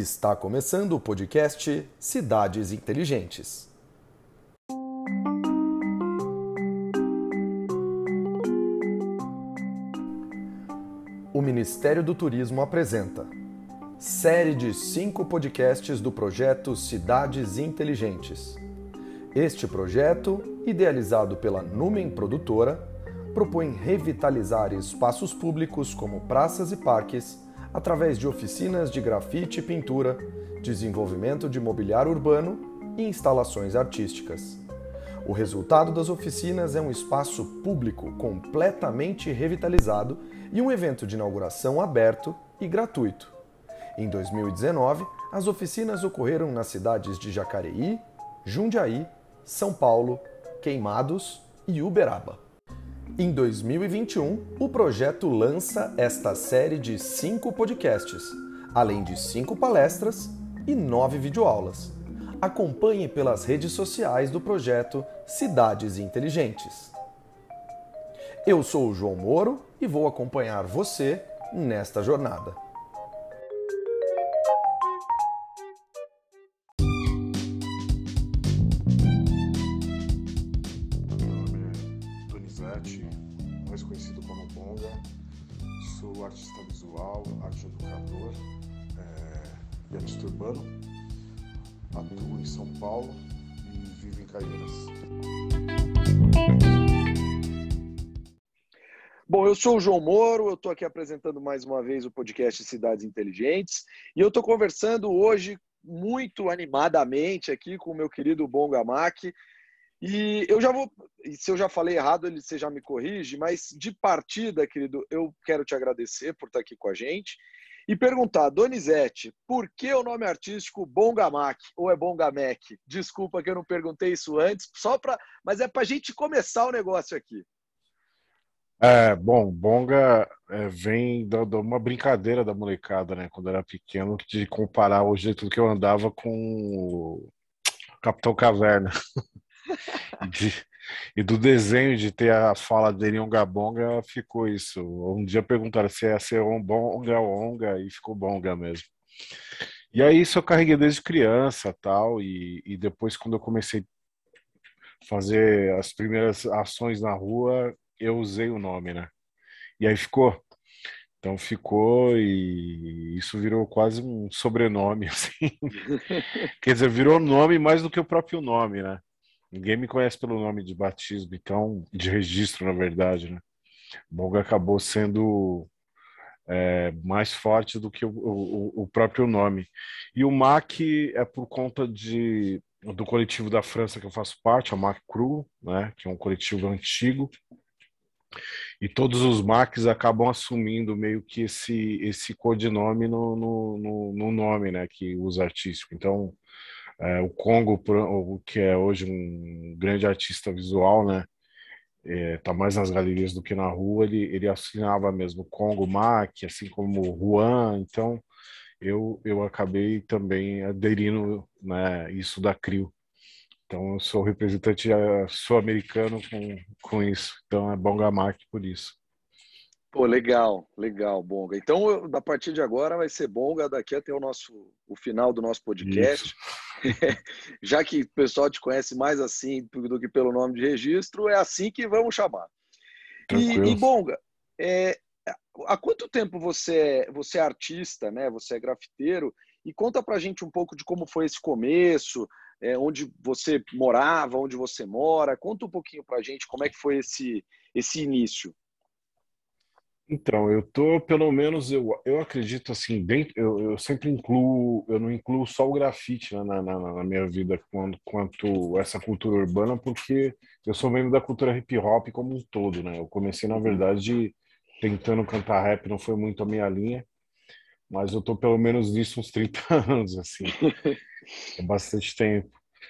Está começando o podcast Cidades Inteligentes. O Ministério do Turismo apresenta série de 5 podcasts do projeto Cidades Inteligentes. Este projeto, idealizado pela Numen Produtora, propõe revitalizar espaços públicos como praças e parques através de oficinas de grafite e pintura, desenvolvimento de mobiliário urbano e instalações artísticas. O resultado das oficinas é um espaço público completamente revitalizado e um evento de inauguração aberto e gratuito. Em 2019, as oficinas ocorreram nas cidades de Jacareí, Jundiaí, São Paulo, Queimados e Uberaba. Em 2021, o projeto lança esta série de 5 podcasts, além de 5 palestras e 9 videoaulas. Acompanhe pelas redes sociais do projeto Cidades Inteligentes. Eu sou o João Moro e vou acompanhar você nesta jornada. Mais conhecido como Bonga. Sou artista visual, arte educador e artista urbano. Atuo em São Paulo e vivo em Caieiras. Bom, eu sou o João Moro, eu estou aqui apresentando mais uma vez o podcast Cidades Inteligentes e eu estou conversando hoje muito animadamente aqui com o meu querido Bonga Mack. E eu já vou, se eu já falei errado, você já me corrige, mas de partida, querido, eu quero te agradecer por estar aqui com a gente e perguntar, Donizete, por que o nome artístico Bonga Mack ou é Bonga Mack? Desculpa que eu não perguntei isso antes, mas é para a gente começar o negócio aqui. Bom, Bonga vem de uma brincadeira da molecada, né? Quando eu era pequeno, de comparar o jeito que eu andava com o Capitão Caverna. E do desenho de ter a fala dele em Onga Bonga ficou isso. Um dia perguntaram se ia ser Bonga ou Onga e ficou Bonga mesmo. E aí isso eu carreguei desde criança tal, e depois quando eu comecei a fazer as primeiras ações na rua, eu usei o nome, né? E aí ficou. Então ficou e isso virou quase um sobrenome, assim. Quer dizer, virou nome mais do que o próprio nome, né? Ninguém me conhece pelo nome de batismo, então, de registro, na verdade, né? Bonga acabou sendo mais forte do que o próprio nome. E o MAC é por conta do coletivo da França que eu faço parte, a MAC Cru, né? Que é um coletivo antigo. E todos os MACs acabam assumindo meio que esse codinome no nome, né? Que usa artístico. Então, o Congo, que é hoje um grande artista visual, né? Tá mais nas galerias do que na rua, ele assinava mesmo Congo Mack, assim como Juan, então eu acabei também aderindo, né, isso da CRIO. Então eu sou representante sul-americano com isso, então é Bonga Mack por isso. Pô, legal, legal, Bonga. Então, a partir de agora vai ser Bonga daqui até o final do nosso Isso. podcast. Já que o pessoal te conhece mais assim do que pelo nome de registro, é assim que vamos chamar. E Tranquilo. Bonga, há quanto tempo você é artista, né? Você é grafiteiro? E conta pra gente um pouco de como foi esse começo, onde você morava, onde você mora. Conta um pouquinho pra gente como é que foi esse início. Então, pelo menos, eu acredito assim, eu sempre eu não incluo só o grafite, né, na minha vida quanto essa cultura urbana, porque eu sou membro da cultura hip hop como um todo, né? Eu comecei, na verdade, tentando cantar rap, não foi muito a minha linha, mas eu tô pelo menos nisso uns 30 anos, assim, é bastante tempo.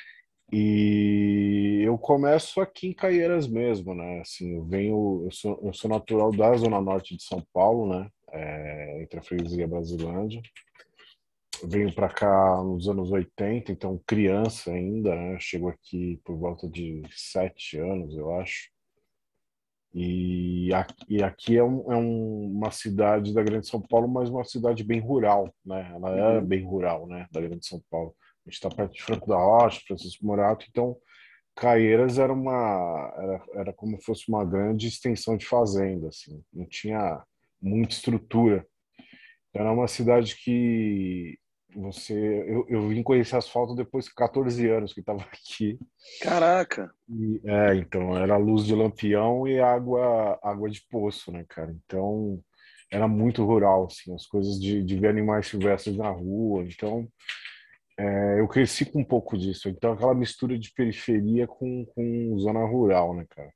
E eu começo aqui em Caieiras mesmo, né? Assim, eu sou natural da Zona Norte de São Paulo, né? Entre a Freguesia e a Brasilândia. Venho para cá nos anos 80, então criança ainda, né? Chego aqui por volta de 7 anos, eu acho. E aqui é uma cidade da Grande São Paulo, mas uma cidade bem rural, né? Ela é Uhum. bem rural, né? Da Grande São Paulo. A gente está perto de Franco da Rocha, Francisco Morato, então Caieiras era como se fosse uma grande extensão de fazenda, assim. Não tinha muita estrutura. Era uma cidade que eu vim conhecer asfalto depois de 14 anos que estava aqui. Caraca. Então era luz de lampião e água de poço, né, cara? Então era muito rural, assim, as coisas de ver animais silvestres na rua. Então eu cresci com um pouco disso. Então aquela mistura de periferia com zona rural, né, cara?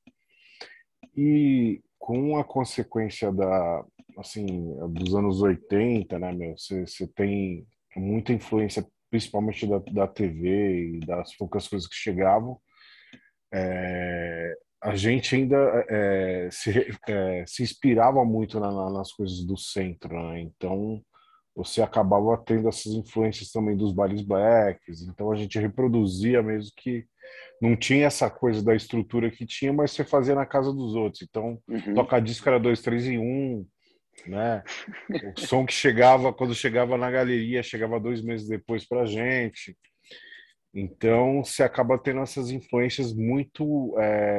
E com a consequência assim, dos anos 80, né, meu, você tem muita influência, principalmente da TV e das poucas coisas que chegavam. A gente ainda se inspirava muito nas coisas do centro, né? Então você acabava tendo essas influências também dos bailes blacks. Então a gente reproduzia mesmo que não tinha essa coisa da estrutura que tinha, mas você fazia na casa dos outros. Então Uhum. tocar disco era dois, três em um, né? O som que chegava, quando chegava na galeria, chegava 2 meses depois pra gente. Então você acaba tendo essas influências muito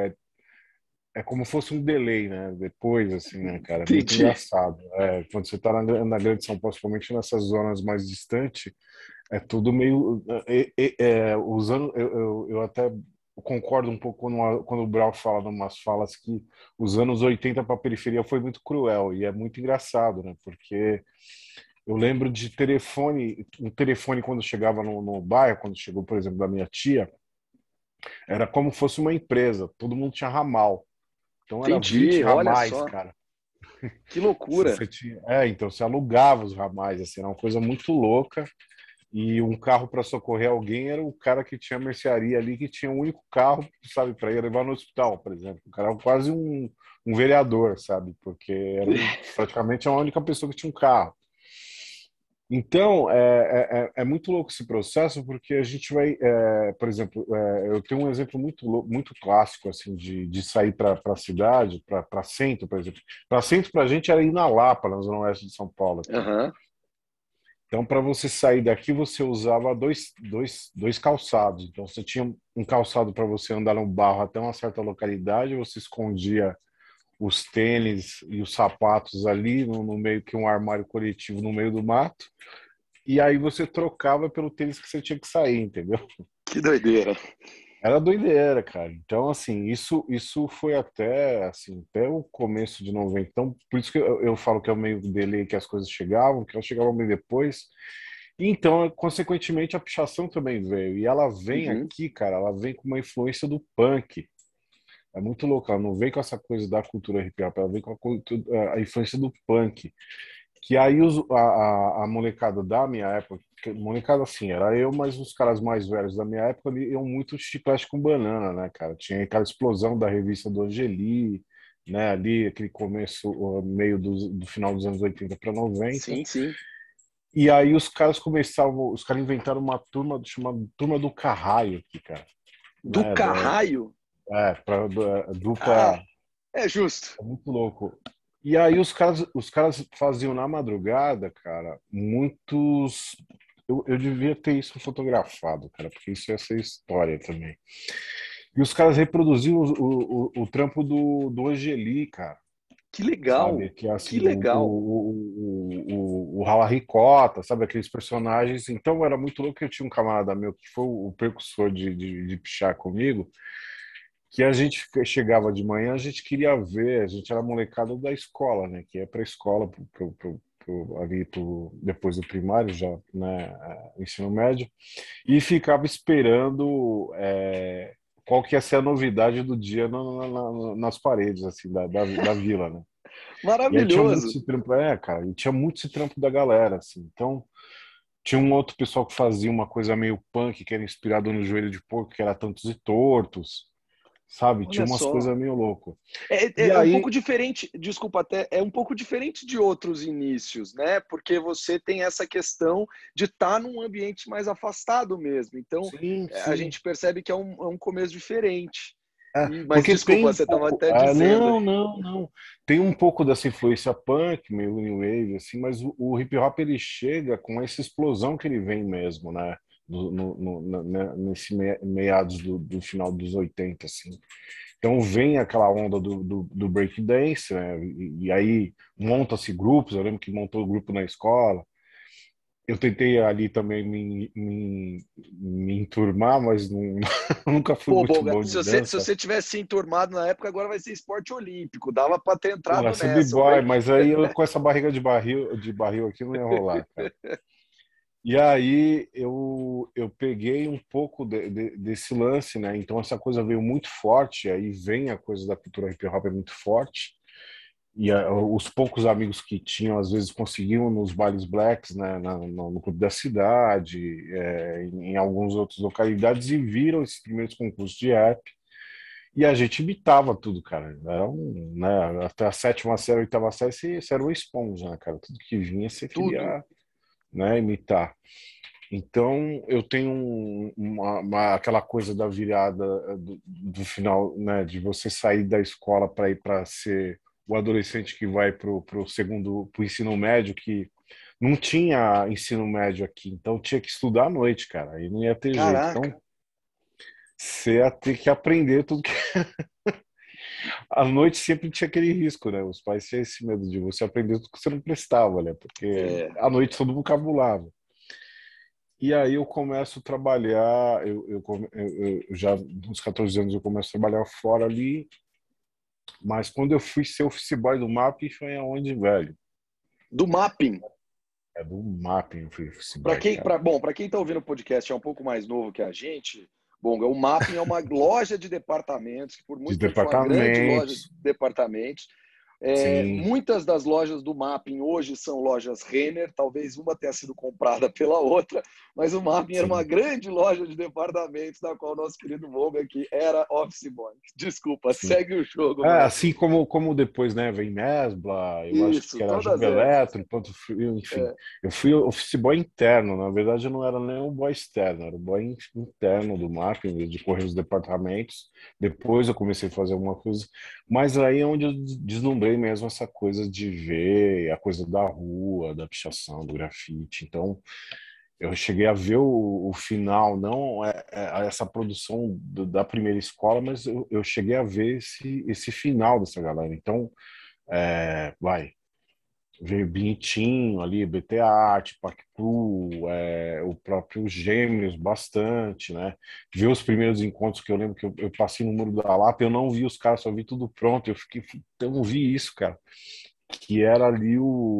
é como se fosse um delay, né? Depois, assim, né, cara? É muito Entendi. engraçado. Quando você tá na Grande São Paulo, principalmente nessas zonas mais distantes, é tudo meio. Usando, eu até concordo um pouco quando o Brau fala, em umas falas que os anos 80 para a periferia foi muito cruel. E é muito engraçado, né? Porque eu lembro de telefone, um telefone quando chegava no bairro, quando chegou, por exemplo, da minha tia, era como se fosse uma empresa. Todo mundo tinha ramal. Então era 20 Entendi. Olha ramais, só. cara. Que loucura. Você tinha, então você alugava os ramais, assim, era uma coisa muito louca. E um carro para socorrer alguém era o cara que tinha mercearia ali, que tinha um único carro, sabe, para ir levar no hospital, por exemplo. O cara era quase um vereador, sabe, porque praticamente a única pessoa que tinha um carro. Então, é muito louco esse processo, porque a gente vai, por exemplo, eu tenho um exemplo muito clássico, assim, de sair para a cidade, para centro, por exemplo. Para centro, para a gente, era ir na Lapa, na Zona Oeste de São Paulo, aqui. Aham. Então, para você sair daqui, você usava dois calçados. Então, você tinha um calçado para você andar no barro até uma certa localidade, você escondia os tênis e os sapatos ali no meio que um armário coletivo no meio do mato. E aí você trocava pelo tênis que você tinha que sair, entendeu? Que doideira. Era doideira, cara. Então, assim, isso foi até o começo de 90. Então, por isso que eu falo que é o meio delay que as coisas chegavam, que elas chegavam bem depois. E então, consequentemente, a pichação também veio. E ela vem Uhum. aqui, cara, ela vem com uma influência do punk. É muito louco, ela não vem com essa coisa da cultura hip hop, ela vem com a influência do punk. Que aí a molecada da minha época, molecada assim, era eu, mas os caras mais velhos da minha época ali iam muito chiclete com banana, né, cara? Tinha aquela explosão da revista do Angeli, né, ali, aquele começo, meio do final dos anos 80 para 90. Sim, sim. E aí os caras inventaram uma turma chamada Turma do Carraio aqui, cara. Do Né? carraio? Pra Ah, dupla. é justo. É muito louco. E aí os caras faziam na madrugada, cara, muitos. Eu devia ter isso fotografado, cara, porque isso ia ser história também. E os caras reproduziam o trampo do Angeli, cara, Que legal. sabe? Que é Que assim, legal. o Rala Ricota, sabe? Aqueles personagens. Então era muito louco que eu tinha um camarada meu que foi o precursor de pichar comigo, que a gente chegava de manhã, a gente queria ver, a gente era molecada da escola, né? Que é para escola, depois do primário, já, né? Ensino médio, e ficava esperando qual que ia ser a novidade do dia nas paredes, assim, da vila, né? E aí tinha muito Maravilhoso. esse trampo, cara, e tinha muito esse trampo da galera, assim. Então, tinha um outro pessoal que fazia uma coisa meio punk, que era inspirado no Joelho de Porco, que era Tantos e Tortos, sabe? Tinha Olha umas só. coisas meio louco. E É um pouco aí, diferente, desculpa até, é um pouco diferente de outros inícios, né? Porque você tem essa questão de estar num ambiente mais afastado mesmo. Então, sim, a sim. gente percebe que é um começo diferente. Mas Porque tem desculpa, um você estava pouco. até dizendo. Não. Tem um pouco dessa influência punk, meio new wave, assim, mas o hip hop ele chega com essa explosão que ele vem mesmo, né? Nesse meados do final dos 80 assim. Então vem aquela onda do breakdance, né? E aí monta-se grupos. Eu lembro que montou o grupo na escola. Eu tentei ali também me enturmar, mas nunca fui Pô, muito Bolga, bom se de se dança. você tivesse se enturmado na época, agora vai ser esporte olímpico. Dava para ter Porra, entrado ser nessa. O b-boy, break. mas aí eu com essa barriga de barril aqui não ia rolar, cara. E aí eu peguei um pouco desse lance, né? Então essa coisa veio muito forte, aí vem a coisa da cultura hip hop é muito forte. E os poucos amigos que tinham, às vezes, conseguiam nos bailes blacks, né, no clube da cidade, em algumas outras localidades, e viram esses primeiros concursos de rap. E a gente imitava tudo, cara. Era né, até a sétima série, oitava série, você era uma esponja, né, cara? Tudo que vinha, você Tudo. queria, né, imitar. Então, eu tenho aquela coisa da virada do final, né, de você sair da escola para ir para ser o adolescente que vai pro segundo, pro ensino médio, que não tinha ensino médio aqui, então tinha que estudar à noite, cara, aí não ia ter jeito. Então, Caraca. você ia ter que aprender tudo que à noite sempre tinha aquele risco, né? Os pais tinham esse medo de você aprender tudo que você não prestava, né? Porque É, à noite todo mundo cabulava. E aí eu começo a trabalhar, eu já nos 14 anos eu começo a trabalhar fora ali, mas quando eu fui ser office boy do MAP, foi aonde, velho? do mapping. É do MAP, eu fui office Para boy, quem, cara. para quem está ouvindo o podcast é um pouco mais novo que a gente, bom, o mapping é uma loja de departamentos que por De muito tempo foi uma grande loja de departamentos, departamentos. sim, Muitas das lojas do Mapping hoje são lojas Renner, talvez uma tenha sido comprada pela outra, mas o Mapping era uma sim. grande loja de departamentos da qual nosso querido Volga aqui era office boy. Desculpa, Sim. segue o jogo, Assim maestro. como depois, né, vem Mesbla, eu acho Isso, que era todas Jogo essas. Eletro, Ponto Frio, enfim. É, Eu fui office boy interno, na verdade eu não era nem o boy externo, era o boy interno do marketing, de correr os departamentos. Depois eu comecei a fazer alguma coisa, mas aí é onde eu deslumbrei mesmo essa coisa de ver a coisa da rua, da pichação, do grafite. Então, eu cheguei a ver o final, não essa produção da primeira escola, mas eu cheguei a ver esse final dessa galera. Então, vai, veio Binitinho ali, BT Art, Pactu, o próprio Gêmeos, bastante, né? Ver os primeiros encontros que eu lembro que eu passei no Muro da Lapa, eu não vi os caras, só vi tudo pronto, eu não vi isso, cara. Que era ali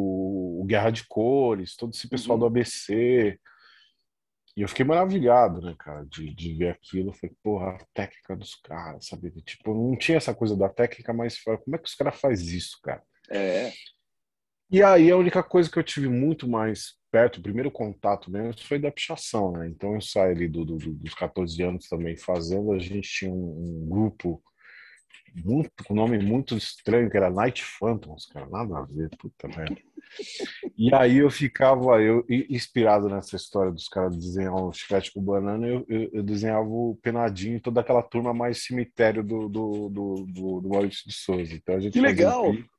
o Guerra de Cores, todo esse pessoal do uhum. ABC, e eu fiquei maravilhado, né, cara, de ver aquilo. Eu falei, porra, a técnica dos caras, sabe? Tipo, não tinha essa coisa da técnica, mas como é que os caras fazem isso, cara? É, E aí a única coisa que eu tive muito mais perto, o primeiro contato mesmo, foi da pichação, né? Então eu saí ali dos 14 anos também fazendo. A gente tinha um grupo com um nome muito estranho, que era Night Phantoms, cara, nada a ver, puta merda. E aí eu ficava, inspirado nessa história dos caras desenhar o chiclete com banana, eu desenhava o Penadinho e toda aquela turma mais cemitério do Maurício de Souza. Então a gente que fazia o legal. pico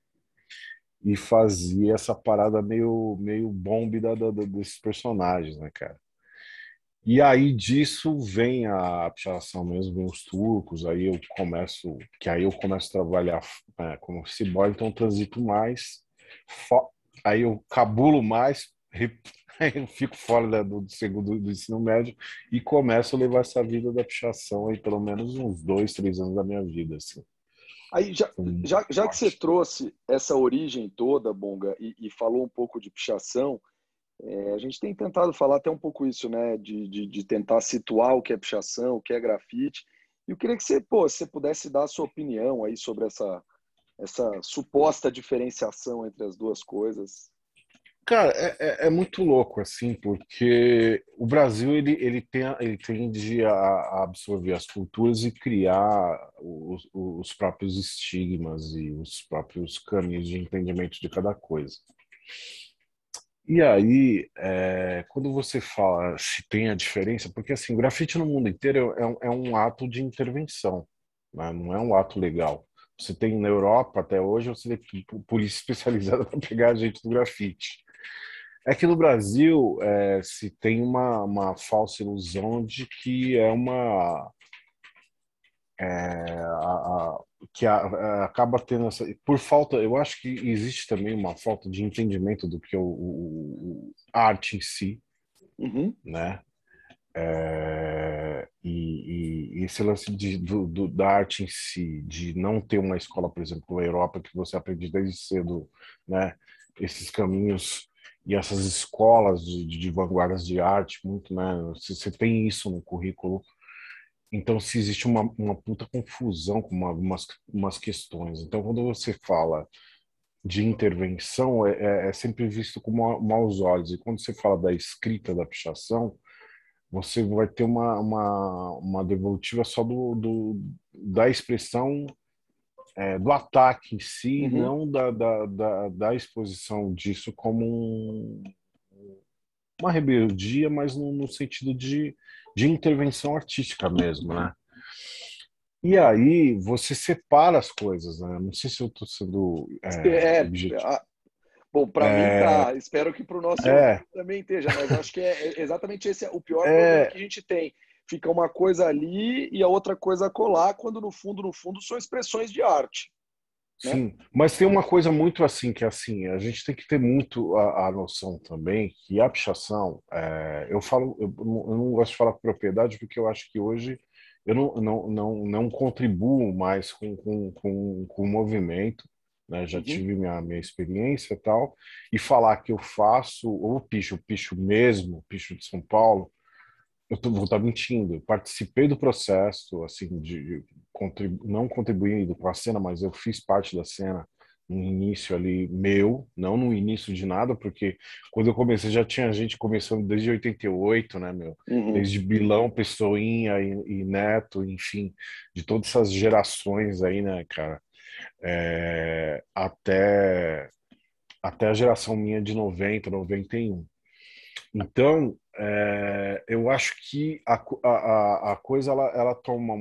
e fazia essa parada meio bombe desses personagens, né, cara? E aí disso vem a pichação mesmo, vem os turcos, aí eu começo a trabalhar como office boy, então eu transito mais, fo- aí eu cabulo mais, aí eu fico fora do segundo do ensino médio e começo a levar essa vida da pichação aí pelo menos uns 2, 3 anos da minha vida, assim. Aí, Foi muito já que você forte. trouxe essa origem toda, Bonga, e falou um pouco de pichação, a gente tem tentado falar até um pouco isso, né? De tentar situar o que é pichação, o que é grafite. E eu queria que você, pô, você pudesse dar a sua opinião aí sobre essa suposta diferenciação entre as duas coisas. Cara, é muito louco, assim, porque o Brasil, ele tende a absorver as culturas e criar os próprios estigmas e os próprios caminhos de entendimento de cada coisa. E aí, quando você fala se tem a diferença, porque assim, o grafite no mundo inteiro é um ato de intervenção. né? Não é um ato legal. Você tem na Europa, até hoje, você tem polícia especializada para pegar a gente do grafite. É que no Brasil se tem uma falsa ilusão de que é uma acaba tendo essa por falta. Eu acho que existe também uma falta de entendimento do que a arte em si, Uhum. né? E esse lance da arte em si, de não ter uma escola, por exemplo, na Europa, que você aprende desde cedo, né? Esses caminhos e essas escolas de vanguardas de arte, muito, né? Se você tem isso no currículo, então se existe uma puta confusão com umas questões. Então, quando você fala de intervenção, é sempre visto com maus olhos. E quando você fala da escrita da pichação, você vai ter uma devolutiva só da expressão, do ataque em si, Uhum. não da exposição disso como uma rebeldia, mas no sentido de intervenção artística mesmo, né? E aí você separa as coisas, né? Não sei se eu estou sendo É, objetivo. bom, para mim É, tá. Espero que para o nosso ouvinte é, também esteja, mas eu acho que é exatamente esse é o pior problema é, que a gente tem. Fica uma coisa ali e a outra coisa colar, quando no fundo, são expressões de arte, né? sim, mas tem uma coisa muito assim, que assim, a gente tem que ter muito a noção também que a pichação, eu não gosto de falar com propriedade porque eu acho que hoje eu não contribuo mais com o movimento, né? Já Uhum. tive minha experiência e tal, e falar que eu faço, ou picho mesmo, picho de São Paulo, vou estar mentindo. Eu participei do processo, assim, não contribuindo com a cena, mas eu fiz parte da cena no início ali meu, não no início de nada, porque quando eu comecei já tinha gente começando desde 88, né, meu? Uhum. Desde Bilão, Pessoinha e Neto, enfim, de todas essas gerações aí, né, cara? Até a geração minha de 90, 91. Então, eu acho que a coisa ela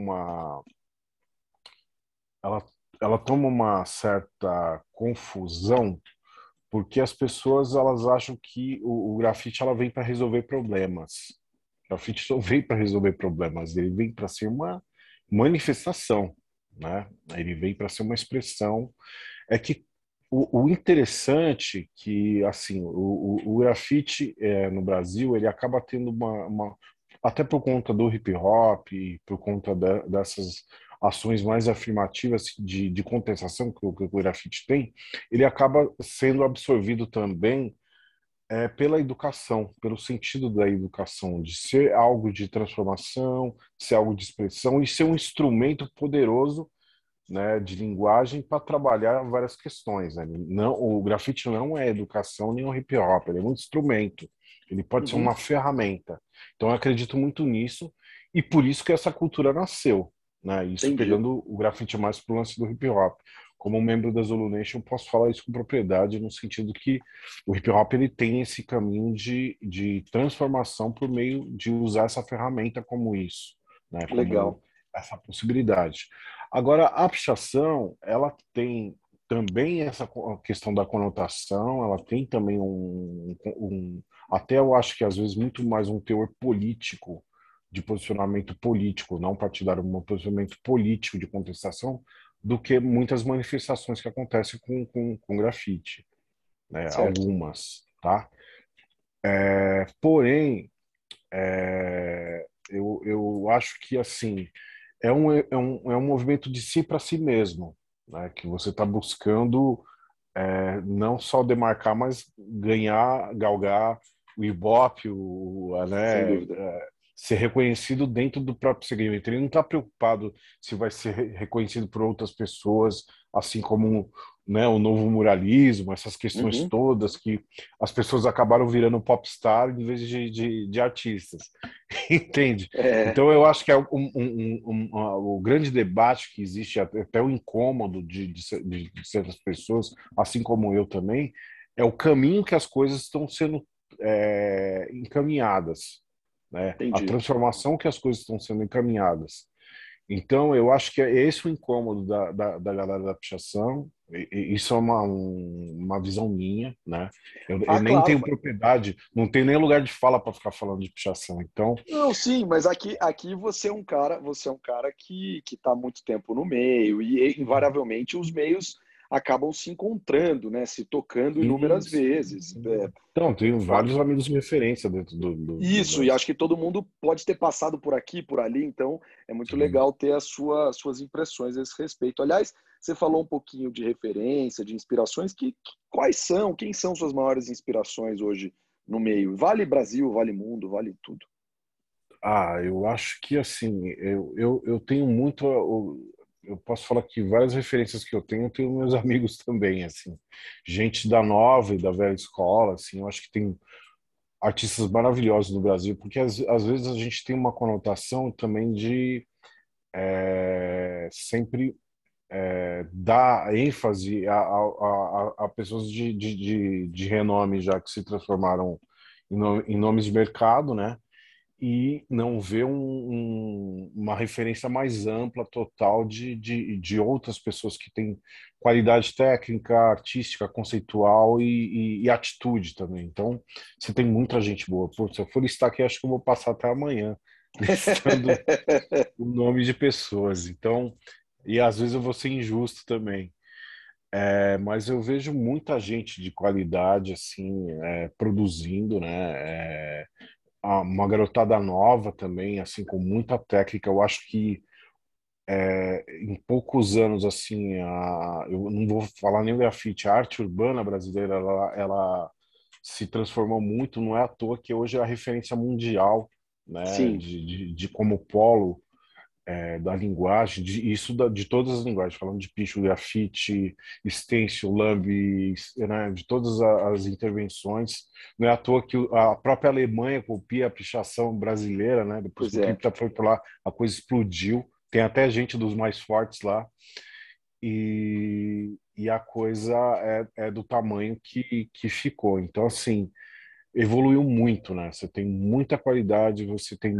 ela, ela toma uma certa confusão porque as pessoas elas acham que o grafite ela vem para resolver problemas. O grafite não vem para resolver problemas, ele vem para ser uma manifestação, né? Ele vem para ser uma expressão. É que o interessante que assim o grafite no Brasil ele acaba tendo até por conta do hip hop, por conta dessas ações mais afirmativas de compensação que o grafite tem, ele acaba sendo absorvido também pela educação, pelo sentido da educação, de ser algo de transformação, ser algo de expressão e ser um instrumento poderoso, né, de linguagem para trabalhar várias questões, né? Não, o grafite não é educação nem o hip hop, ele é um instrumento, ele pode ser Uhum. uma ferramenta. Então eu acredito muito nisso e por isso que essa cultura nasceu, né? Isso Entendi. pegando o grafite mais pro lance do hip hop. Como membro da Zulu Nation, eu posso falar isso com propriedade, no sentido que o hip hop ele tem esse caminho de transformação por meio de usar essa ferramenta como isso, né? Como Legal. essa possibilidade. Agora, a pichação, ela tem também essa questão da conotação, ela tem também até eu acho que às vezes muito mais um teor político, de posicionamento político, não partidário, um posicionamento político de contestação, do que muitas manifestações que acontecem com grafite, né? Certo. Algumas, tá? Porém, eu acho que assim é um movimento de si para si mesmo, né? Que você está buscando não só demarcar, mas ganhar, galgar o Ibope, Sem né? dúvida. Ser reconhecido dentro do próprio segmento. Ele não está preocupado se vai ser reconhecido por outras pessoas, assim como, né, o novo muralismo, essas questões Uhum. todas que as pessoas acabaram virando popstar em vez de artistas. Entende? É, Então eu acho que é o grande debate que existe, até o incômodo de certas pessoas, assim como eu também, é o caminho que as coisas estão sendo encaminhadas, né? A entendi. transformação que as coisas estão sendo encaminhadas. Então, eu acho que é esse o incômodo da galera da pichação. Isso é uma visão minha, né? Eu Ah, nem claro. tenho propriedade, não tenho nem lugar de fala para ficar falando de pichação. Então, Não, sim, mas aqui você é um cara que está há muito tempo no meio e invariavelmente os meios acabam se encontrando, né? Se tocando inúmeras isso. vezes. Então, tenho Fa- vários amigos de referência dentro Isso, e acho que todo mundo pode ter passado por aqui, por ali, então é muito Sim. legal ter suas impressões a esse respeito. Aliás, você falou um pouquinho de referência, de inspirações, quais são, quem são suas maiores inspirações hoje no meio? Vale Brasil, vale mundo, vale tudo. Eu acho que assim, eu tenho muito. Eu posso falar que várias referências que eu tenho meus amigos também, assim, gente da nova e da velha escola, assim, eu acho que tem artistas maravilhosos no Brasil, porque às vezes a gente tem uma conotação também de sempre dar ênfase a pessoas de renome já que se transformaram em nomes de mercado, né? E não ver uma referência mais ampla, total de outras pessoas que têm qualidade técnica, artística, conceitual e atitude também. Então, você tem muita gente boa. Pô, se eu for listar aqui, acho que eu vou passar até amanhã listando o nome de pessoas. Então, e às vezes eu vou ser injusto também. Mas eu vejo muita gente de qualidade assim produzindo, né? Uma garotada nova também, assim, com muita técnica. Eu acho que em poucos anos, assim, eu não vou falar nem o grafite, a arte urbana brasileira, ela se transformou muito. Não é à toa que hoje é a referência mundial, né, Sim, de como polo da linguagem, de todas as linguagens, falando de picho, grafite, stencil, lambe, né, de todas as intervenções. Não é à toa que a própria Alemanha copia a pichação brasileira, né? Depois pois que o é. cripta foi por lá, a coisa explodiu. Tem até gente dos mais fortes lá. E a coisa é do tamanho que ficou. Então, assim, evoluiu muito, né? Você tem muita qualidade, você tem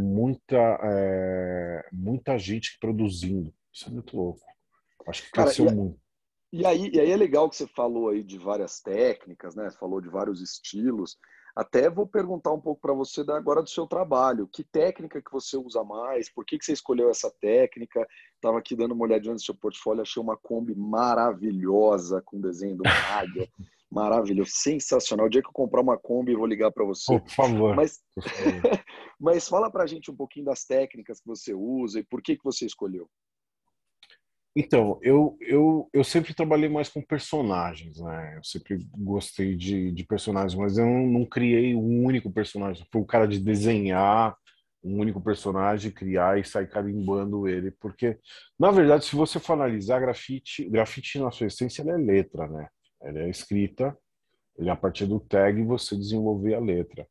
muita gente produzindo. Isso é muito louco. Acho que Cara, cresceu muito. e aí é legal que você falou aí de várias técnicas, né? Você falou de vários estilos. Até vou perguntar um pouco para você agora do seu trabalho. Que técnica que você usa mais? Por que você escolheu essa técnica? Estava aqui dando uma olhadinha no seu portfólio, achei uma Kombi maravilhosa com desenho de uma águia. Maravilhoso, sensacional. O dia que eu comprar uma Kombi, eu vou ligar para Pô, você. por favor, Mas, por favor. mas fala para a gente um pouquinho das técnicas que você usa e por que você escolheu. Então, eu sempre trabalhei mais com personagens, né? Eu sempre gostei de personagens, mas eu não criei um único personagem. Fui o cara de desenhar um único personagem, criar e sair carimbando ele. Porque, na verdade, se você for analisar grafite na sua essência, ele é letra, né? Ele é escrita, ele é a partir do tag você desenvolver a letra.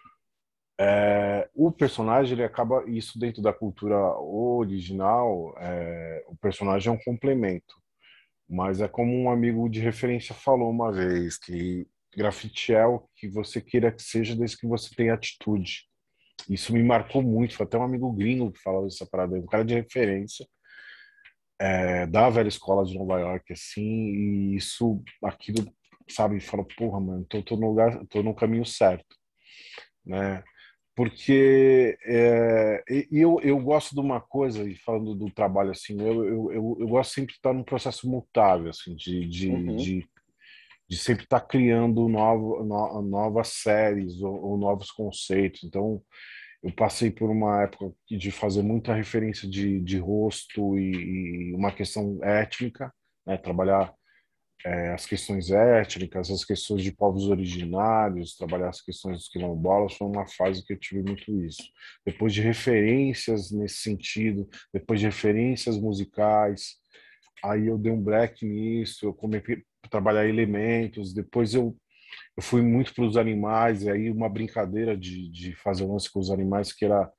O personagem, ele acaba, isso dentro da cultura original, o personagem é um complemento. Mas é como um amigo de referência falou uma vez, que grafite é o que você queira que seja, desde que você tenha atitude. Isso me marcou muito, foi até um amigo gringo que falou essa parada, um cara de referência, da velha escola de Nova York, assim, e isso, aquilo, sabe, fala, porra, mano, tô no lugar, tô no caminho certo, né? Porque eu gosto de uma coisa, e falando do trabalho assim, eu gosto sempre de estar num processo mutável, assim, Uhum. de sempre estar criando novas séries ou novos conceitos. Então, eu passei por uma época de fazer muita referência de rosto e uma questão étnica, né? Trabalhar as questões étnicas, as questões de povos originários, trabalhar as questões dos quilombolas, foi uma fase que eu tive muito isso. Depois de referências nesse sentido, depois de referências musicais, aí eu dei um break nisso, eu comecei a trabalhar elementos, depois eu fui muito para os animais, e aí uma brincadeira de fazer um lance com os animais que era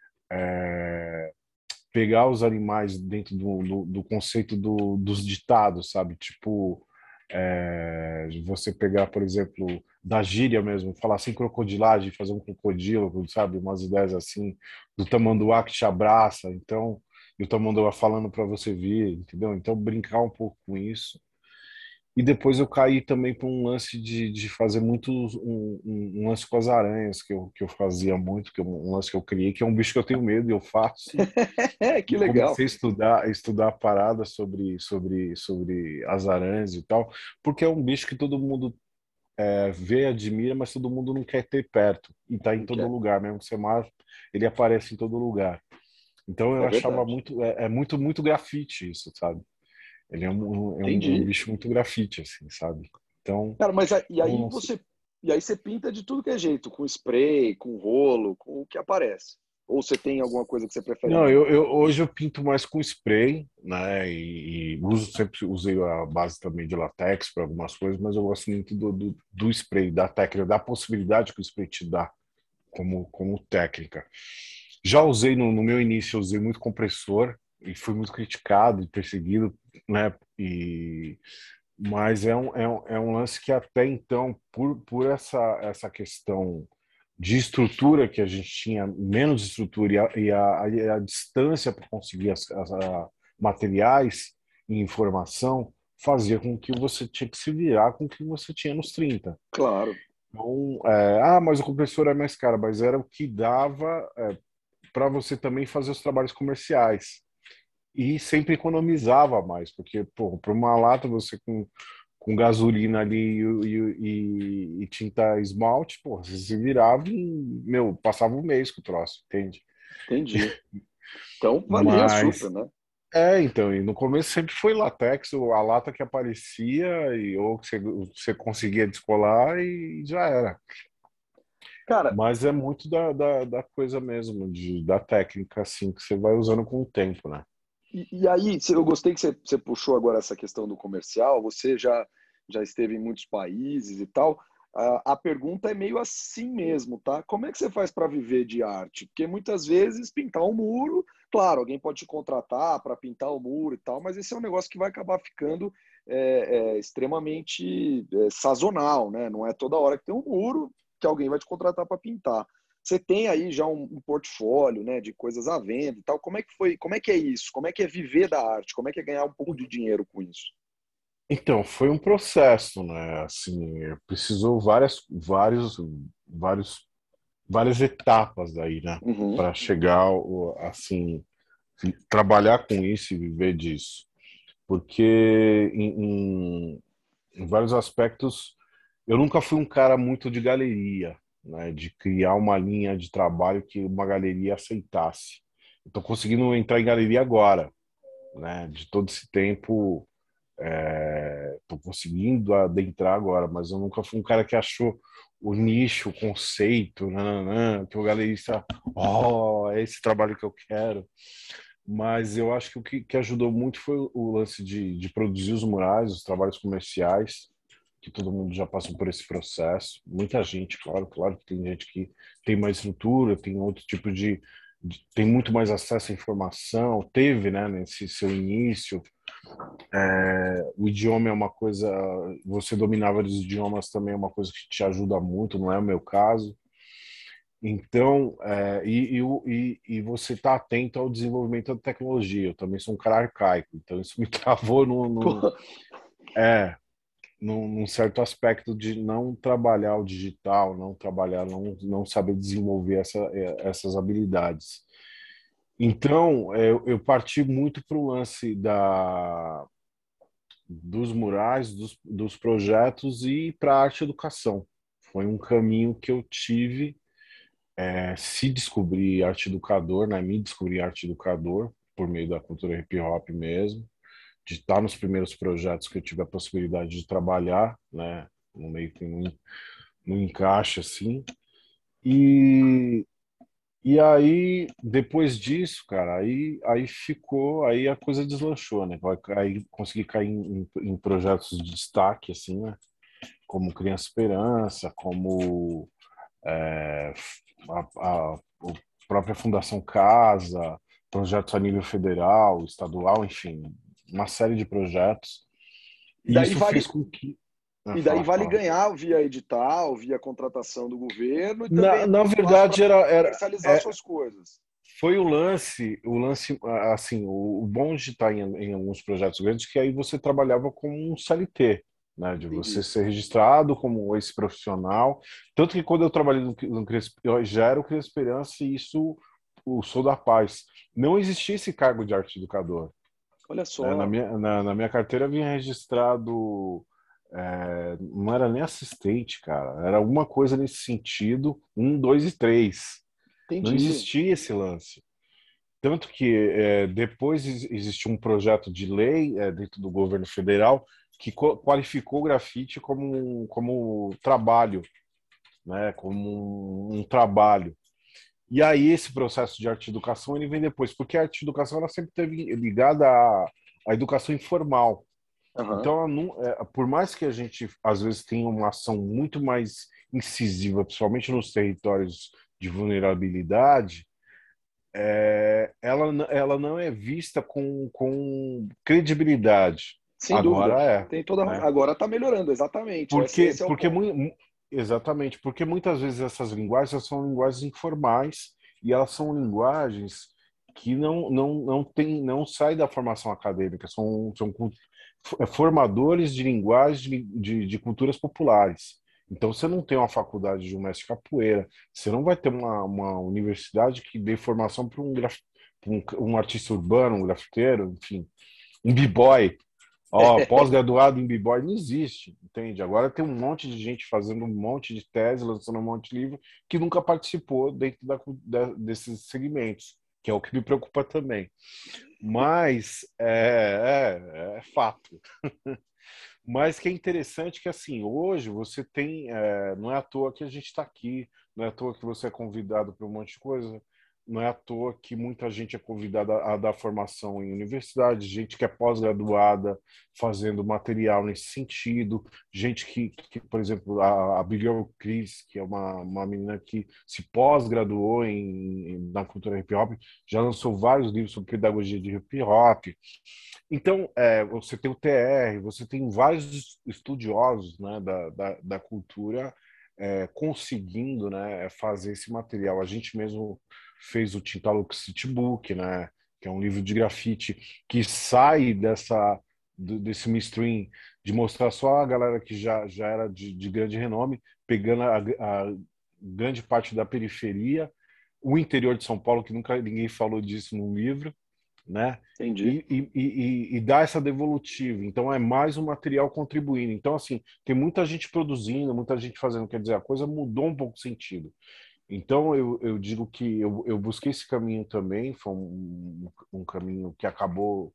pegar os animais dentro do conceito dos ditados, sabe? Tipo, de você pegar, por exemplo, da gíria mesmo, falar sem crocodilagem, fazer um crocodilo, sabe? Umas ideias assim, do tamanduá que te abraça. Então, e o tamanduá falando para você ver, entendeu? Então, brincar um pouco com isso. E depois eu caí também para um lance de fazer muito um lance com as aranhas, que eu fazia muito, que é um lance que eu criei, que é um bicho que eu tenho medo e eu faço. Que E legal. comecei a estudar a parada sobre as aranhas e tal, porque é um bicho que todo mundo vê, admira, mas todo mundo não quer ter perto. E tá em Não todo quer. lugar, mesmo que você mata, ele aparece em todo lugar. Então eu É achava verdade. muito, muito, muito grafite isso, sabe? Ele é um Entendi. bicho muito grafite, assim, sabe? Então, Cara, e aí nossa. você pinta de tudo que é jeito, com spray, com rolo, com o que aparece. Ou você tem alguma coisa que você prefere Não, mais? hoje eu pinto mais com spray, né? E sempre usei a base também de latex para algumas coisas, mas eu gosto muito do spray, da técnica, da possibilidade que o spray te dá como técnica. Já usei no meu início, eu usei muito compressor e fui muito criticado e perseguido, né? Mas é um lance que até então, por essa questão de estrutura que a gente tinha, menos estrutura e a distância para conseguir materiais e informação, fazia com que você tinha que se virar com o que você tinha nos 30. Claro. Então, mas o compressor é mais caro, mas era o que dava para você também fazer os trabalhos comerciais. E sempre economizava mais, porque, pô, para uma lata você com gasolina ali e tinta esmalte, pô, você se virava e, meu, passava um mês com o troço, entende? Entendi. Então valia super, Mas, né? então, e no começo sempre foi latex, a lata que aparecia, ou que você conseguia descolar e já era. Cara, Mas é muito da coisa mesmo, da técnica, assim, que você vai usando com o tempo, né? e aí, eu gostei que você puxou agora essa questão do comercial, você já esteve em muitos países e tal. A pergunta é meio assim mesmo, tá? Como é que você faz para viver de arte? Porque muitas vezes pintar um muro, claro, alguém pode te contratar para pintar o muro e tal, mas esse é um negócio que vai acabar ficando extremamente sazonal, né? Não é toda hora que tem um muro que alguém vai te contratar para pintar. Você tem aí já um portfólio, né, de coisas à venda e tal. Como é que foi? Como é que é isso? Como é que é viver da arte? Como é que é ganhar um pouco de dinheiro com isso? Então, foi um processo, né? Assim, precisou várias etapas daí, né? Uhum. Para chegar, assim, trabalhar com isso e viver disso. Porque em vários aspectos, eu nunca fui um cara muito de galeria, né? De criar uma linha de trabalho que uma galeria aceitasse. Estou conseguindo entrar em galeria agora, né? De todo esse tempo tô conseguindo adentrar agora, mas eu nunca fui um cara que achou o nicho, o conceito, nananã, que o galerista, é esse trabalho que eu quero. Mas eu acho que o que ajudou muito foi o lance de produzir os murais, os trabalhos comerciais, que todo mundo já passou por esse processo. Muita gente, claro que tem gente que tem mais estrutura, tem outro tipo tem muito mais acesso à informação, teve, né, nesse seu início. O idioma é uma coisa, você dominar vários idiomas também é uma coisa que te ajuda muito, não é o meu caso. Então, e você está atento ao desenvolvimento da tecnologia. Eu também sou um cara arcaico, então isso me travou Pô, é, num certo aspecto de não trabalhar o digital, não trabalhar, não saber desenvolver essas habilidades. Então, eu parti muito para o lance dos murais, dos projetos e para a arte e educação. Foi um caminho que eu tive, se descobrir arte educador, né, me descobrir arte educador por meio da cultura hip hop mesmo, de estar nos primeiros projetos que eu tive a possibilidade de trabalhar, né, no meio que no encaixe assim. E e aí, depois disso, cara, aí a coisa deslanchou, né? Aí consegui cair em projetos de destaque, assim, né? Como Criança Esperança, como é, a própria Fundação Casa, projetos a nível federal, estadual, enfim, uma série de projetos. E E daí isso vale, fez com que. e daí Fala, vale fala. ganhar via edital, via contratação do governo e também é Na muito fácil para verdade, comercializar é, suas coisas. Foi o lance, assim, o bom de estar em alguns projetos grandes, que aí você trabalhava como um CLT, né, de você Entendi. ser registrado como esse profissional. Tanto que quando eu trabalhei no Criança, eu já era o Criança Esperança e isso, o Sou da Paz. Não existia esse cargo de arte educador, Olha né? Na só. minha, na minha carteira vinha registrado, não era nem assistente, cara, era alguma coisa nesse sentido, um, dois e três. Não Entendi. existia esse lance. Tanto que depois existiu um projeto de lei dentro do governo federal que qualificou o grafite como trabalho, né? Como um trabalho. E aí esse processo de arte e educação ele vem depois, porque a arte e educação ela sempre esteve ligada à educação informal. Aham. Então, por mais que a gente às vezes tenha uma ação muito mais incisiva, principalmente nos territórios de vulnerabilidade, ela não é vista com credibilidade. Sem dúvida. Agora é, Tem toda. né? Agora está melhorando, exatamente. Esse, Porque, esse é o porque ponto. exatamente, porque muitas vezes essas linguagens elas são linguagens informais e elas são linguagens que não saem da formação acadêmica, são formadores de linguagens de culturas populares. Então, você não tem uma faculdade de um mestre capoeira, você não vai ter uma universidade que dê formação para um artista urbano, um grafiteiro, enfim, um b-boy. Ó, pós-graduado em b-boy não existe, entende? Agora tem um monte de gente fazendo um monte de tese, lançando um monte de livro, que nunca participou dentro desses segmentos, que é o que me preocupa também. Mas é fato. Mas que é interessante que, assim, hoje você tem. Não é à toa que a gente está aqui, não é à toa que você é convidado para um monte de coisa, não é à toa que muita gente é convidada a dar formação em universidade, gente que é pós-graduada fazendo material nesse sentido, gente por exemplo, a Billie Cris, que é uma menina que se pós-graduou na cultura hip hop, já lançou vários livros sobre pedagogia de hip hop. Então, você tem o TR, você tem vários estudiosos, né, da cultura conseguindo, né, fazer esse material. A gente mesmo fez o Tintalux City Book, né, que é um livro de grafite que sai desse mainstream de mostrar só a galera que já era de grande renome, pegando a grande parte da periferia, o interior de São Paulo, que nunca ninguém falou disso no livro, né? Entendi. E dar essa devolutiva. Então é mais um material contribuindo. Então, assim, tem muita gente produzindo, muita gente fazendo. Quer dizer, a coisa mudou um pouco o sentido. Então eu digo que eu busquei esse caminho também, foi um caminho que acabou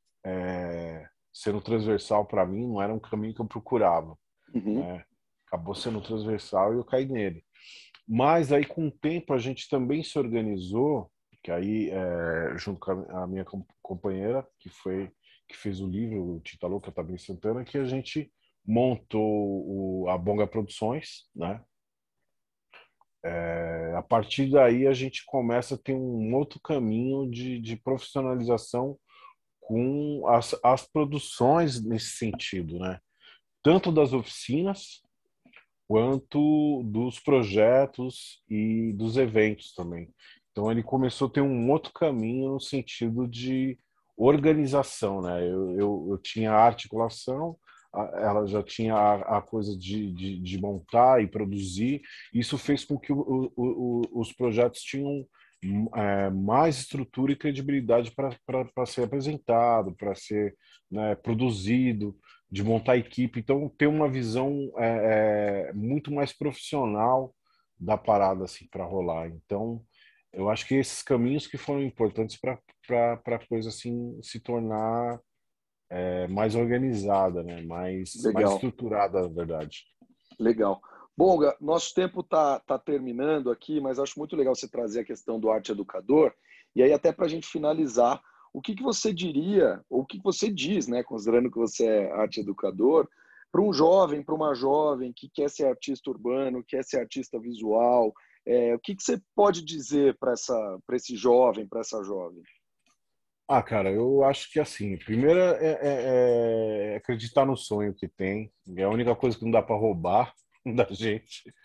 sendo transversal para mim, não era um caminho que eu procurava, Uhum. né? Acabou sendo transversal e eu caí nele. Mas aí, com o tempo, a gente também se organizou, que aí, junto com a minha companheira, que fez o livro, o Tita Louca, também Santana, que a gente montou a Bonga Produções, né? A partir daí, a gente começa a ter um outro caminho de profissionalização com as produções nesse sentido, né? Tanto das oficinas, quanto dos projetos e dos eventos também. Então ele começou a ter um outro caminho no sentido de organização, né? Eu tinha a articulação, ela já tinha a coisa de montar e produzir. Isso fez com que os projetos tinham mais estrutura e credibilidade para ser apresentado, para ser, né, produzido, de montar a equipe. Então, ter uma visão muito mais profissional da parada assim para rolar. Então, eu acho que esses caminhos que foram importantes para a coisa assim se tornar mais organizada, né? Mais Legal. estruturada, na verdade. Legal. Bom, nosso tempo tá terminando aqui, mas acho muito legal você trazer a questão do arte educador. E aí, até para a gente finalizar, o que você diria, ou o que você diz, né, considerando que você é arte educador, para um jovem, para uma jovem que quer ser artista urbano, quer ser artista visual, o que você pode dizer para esse jovem, para essa jovem? Ah, cara, eu acho que assim, primeiro é acreditar no sonho que tem, é a única coisa que não dá para roubar da gente.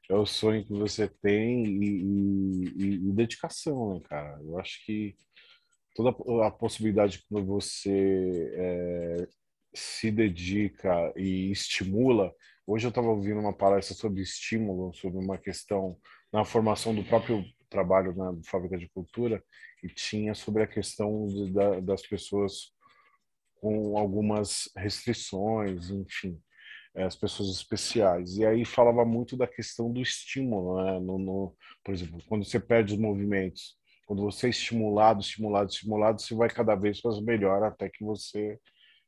É o sonho que você tem e dedicação, né, cara? Eu acho que toda a possibilidade quando você se dedica e estimula. Hoje eu estava ouvindo uma palestra sobre estímulo, sobre uma questão na formação do próprio trabalho na fábrica de cultura e tinha sobre a questão das pessoas com algumas restrições, enfim, as pessoas especiais. E aí falava muito da questão do estímulo, né? Por exemplo, quando você perde os movimentos, quando você é estimulado, estimulado, estimulado, você vai cada vez mais melhor até que você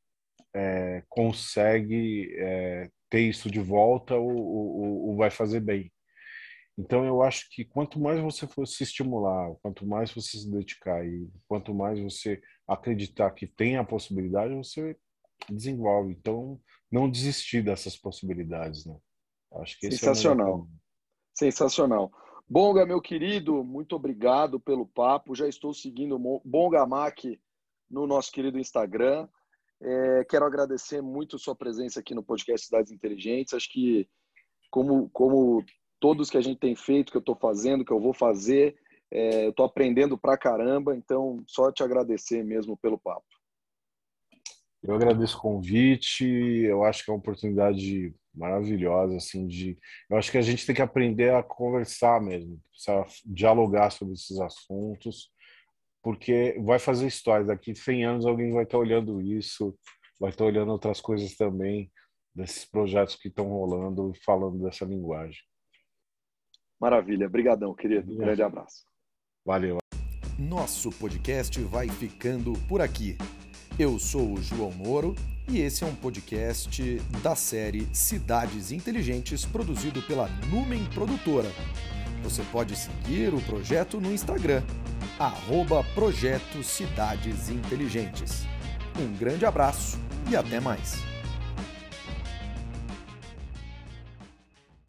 consegue ter isso de volta ou vai fazer bem. Então eu acho que quanto mais você for se estimular, quanto mais você se dedicar e quanto mais você acreditar que tem a possibilidade, você desenvolve. Então não desistir dessas possibilidades, né? Acho que esse é o melhor Sensacional, caminho. sensacional. Bonga, meu querido, muito obrigado pelo papo. Já estou seguindo o Bonga Mac no nosso querido Instagram. Quero agradecer muito sua presença aqui no podcast Cidades Inteligentes. Acho que, como todos que a gente tem feito, que eu estou fazendo, que eu vou fazer, eu estou aprendendo pra caramba. Então, só te agradecer mesmo pelo papo. Eu agradeço o convite. Eu acho que é uma oportunidade maravilhosa, assim, eu acho que a gente tem que aprender a conversar mesmo, a dialogar sobre esses assuntos, porque vai fazer história. Daqui 100 anos alguém vai estar olhando isso, vai estar olhando outras coisas também, desses projetos que estão rolando e falando dessa linguagem. Maravilha. Obrigadão, querido. Grande abraço. Valeu. Nosso podcast vai ficando por aqui. Eu sou o João Moro e esse é um podcast da série Cidades Inteligentes, produzido pela Numen Produtora. Você pode seguir o projeto no Instagram, @Projeto Cidades Inteligentes. Um grande abraço e até mais!